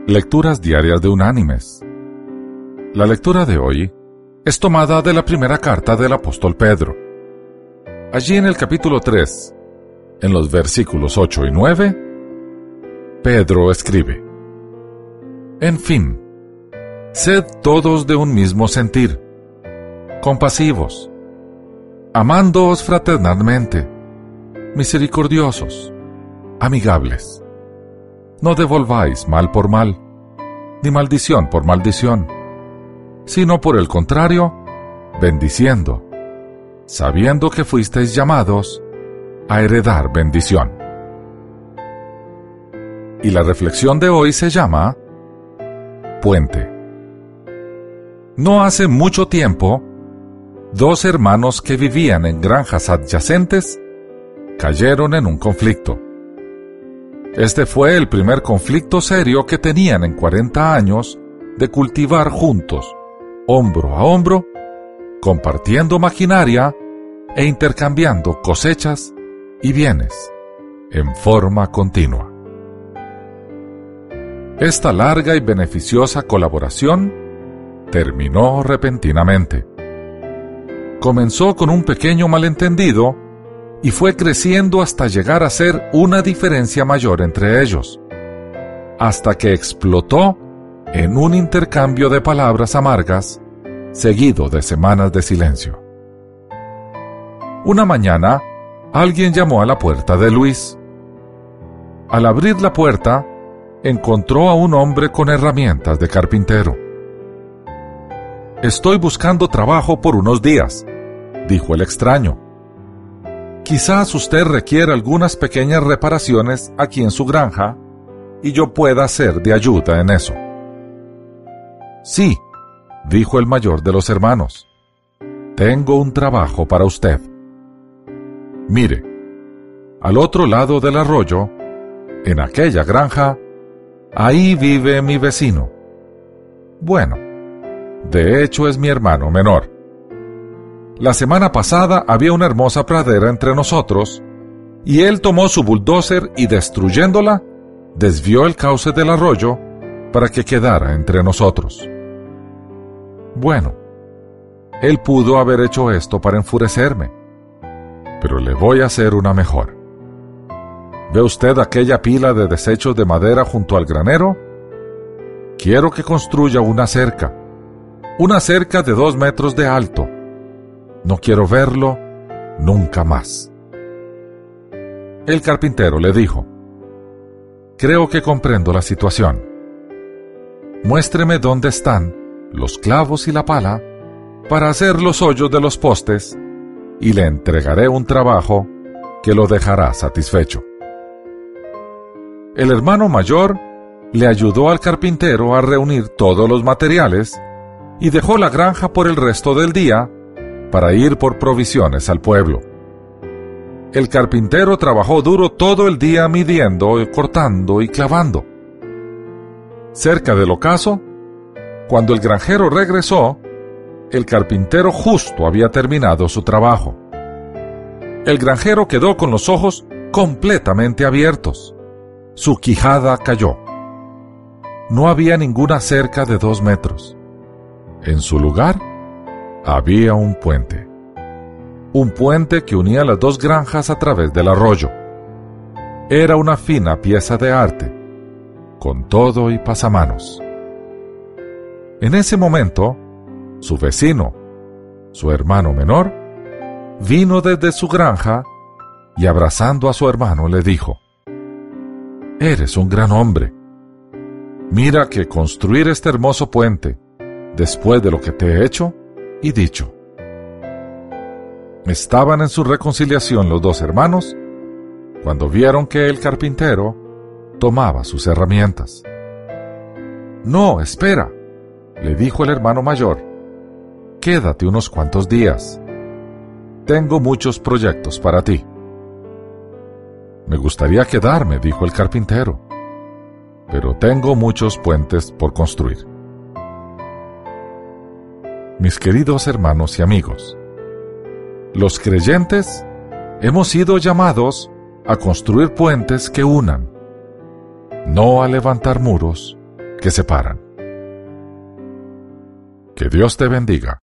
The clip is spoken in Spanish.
Lecturas diarias de Unánimes. La lectura de hoy es tomada de la primera carta del apóstol Pedro. Allí en el capítulo 3, en los versículos 8 y 9, Pedro escribe: En fin, sed todos de un mismo sentir, compasivos, amándoos fraternalmente, misericordiosos, amigables. No devolváis mal por mal, ni maldición por maldición, sino por el contrario, bendiciendo, sabiendo que fuisteis llamados a heredar bendición. Y la reflexión de hoy se llama Puente. No hace mucho tiempo, dos hermanos que vivían en granjas adyacentes cayeron en un conflicto. Este fue el primer conflicto serio que tenían en 40 años de cultivar juntos, hombro a hombro, compartiendo maquinaria e intercambiando cosechas y bienes en forma continua. Esta larga y beneficiosa colaboración terminó repentinamente. Comenzó con un pequeño malentendido y fue creciendo hasta llegar a ser una diferencia mayor entre ellos, hasta que explotó en un intercambio de palabras amargas, seguido de semanas de silencio. Una mañana, alguien llamó a la puerta de Luis. Al abrir la puerta, encontró a un hombre con herramientas de carpintero. «Estoy buscando trabajo por unos días», dijo el extraño. «Quizás usted requiera algunas pequeñas reparaciones aquí en su granja y yo pueda ser de ayuda en eso». «Sí», dijo el mayor de los hermanos, «tengo un trabajo para usted. Mire, al otro lado del arroyo, en aquella granja, ahí vive mi vecino. Bueno, de hecho es mi hermano menor. La semana pasada había una hermosa pradera entre nosotros, y él tomó su bulldozer y destruyéndola, desvió el cauce del arroyo para que quedara entre nosotros. Bueno, él pudo haber hecho esto para enfurecerme, pero le voy a hacer una mejor. ¿Ve usted aquella pila de desechos de madera junto al granero? Quiero que construya una cerca de 2 metros de alto. No quiero verlo nunca más». El carpintero le dijo: «Creo que comprendo la situación. Muéstreme dónde están los clavos y la pala para hacer los hoyos de los postes y le entregaré un trabajo que lo dejará satisfecho». El hermano mayor le ayudó al carpintero a reunir todos los materiales y dejó la granja por el resto del día para ir por provisiones al pueblo. El carpintero trabajó duro todo el día midiendo, cortando y clavando. Cerca del ocaso, cuando el granjero regresó, el carpintero justo había terminado su trabajo. El granjero quedó con los ojos completamente abiertos. Su quijada cayó. No había ninguna cerca de 2 metros. En su lugar, había un puente. Un puente que unía las dos granjas a través del arroyo. Era una fina pieza de arte, con todo y pasamanos. En ese momento, su vecino, su hermano menor, vino desde su granja y abrazando a su hermano le dijo: «Eres un gran hombre. Mira que construir este hermoso puente, después de lo que te he hecho y dicho». Estaban en su reconciliación los dos hermanos cuando vieron que el carpintero tomaba sus herramientas. «No, espera», le dijo el hermano mayor, «quédate unos cuantos días. Tengo muchos proyectos para ti». «Me gustaría quedarme», dijo el carpintero, «pero tengo muchos puentes por construir». Mis queridos hermanos y amigos, los creyentes hemos sido llamados a construir puentes que unan, no a levantar muros que separan. Que Dios te bendiga.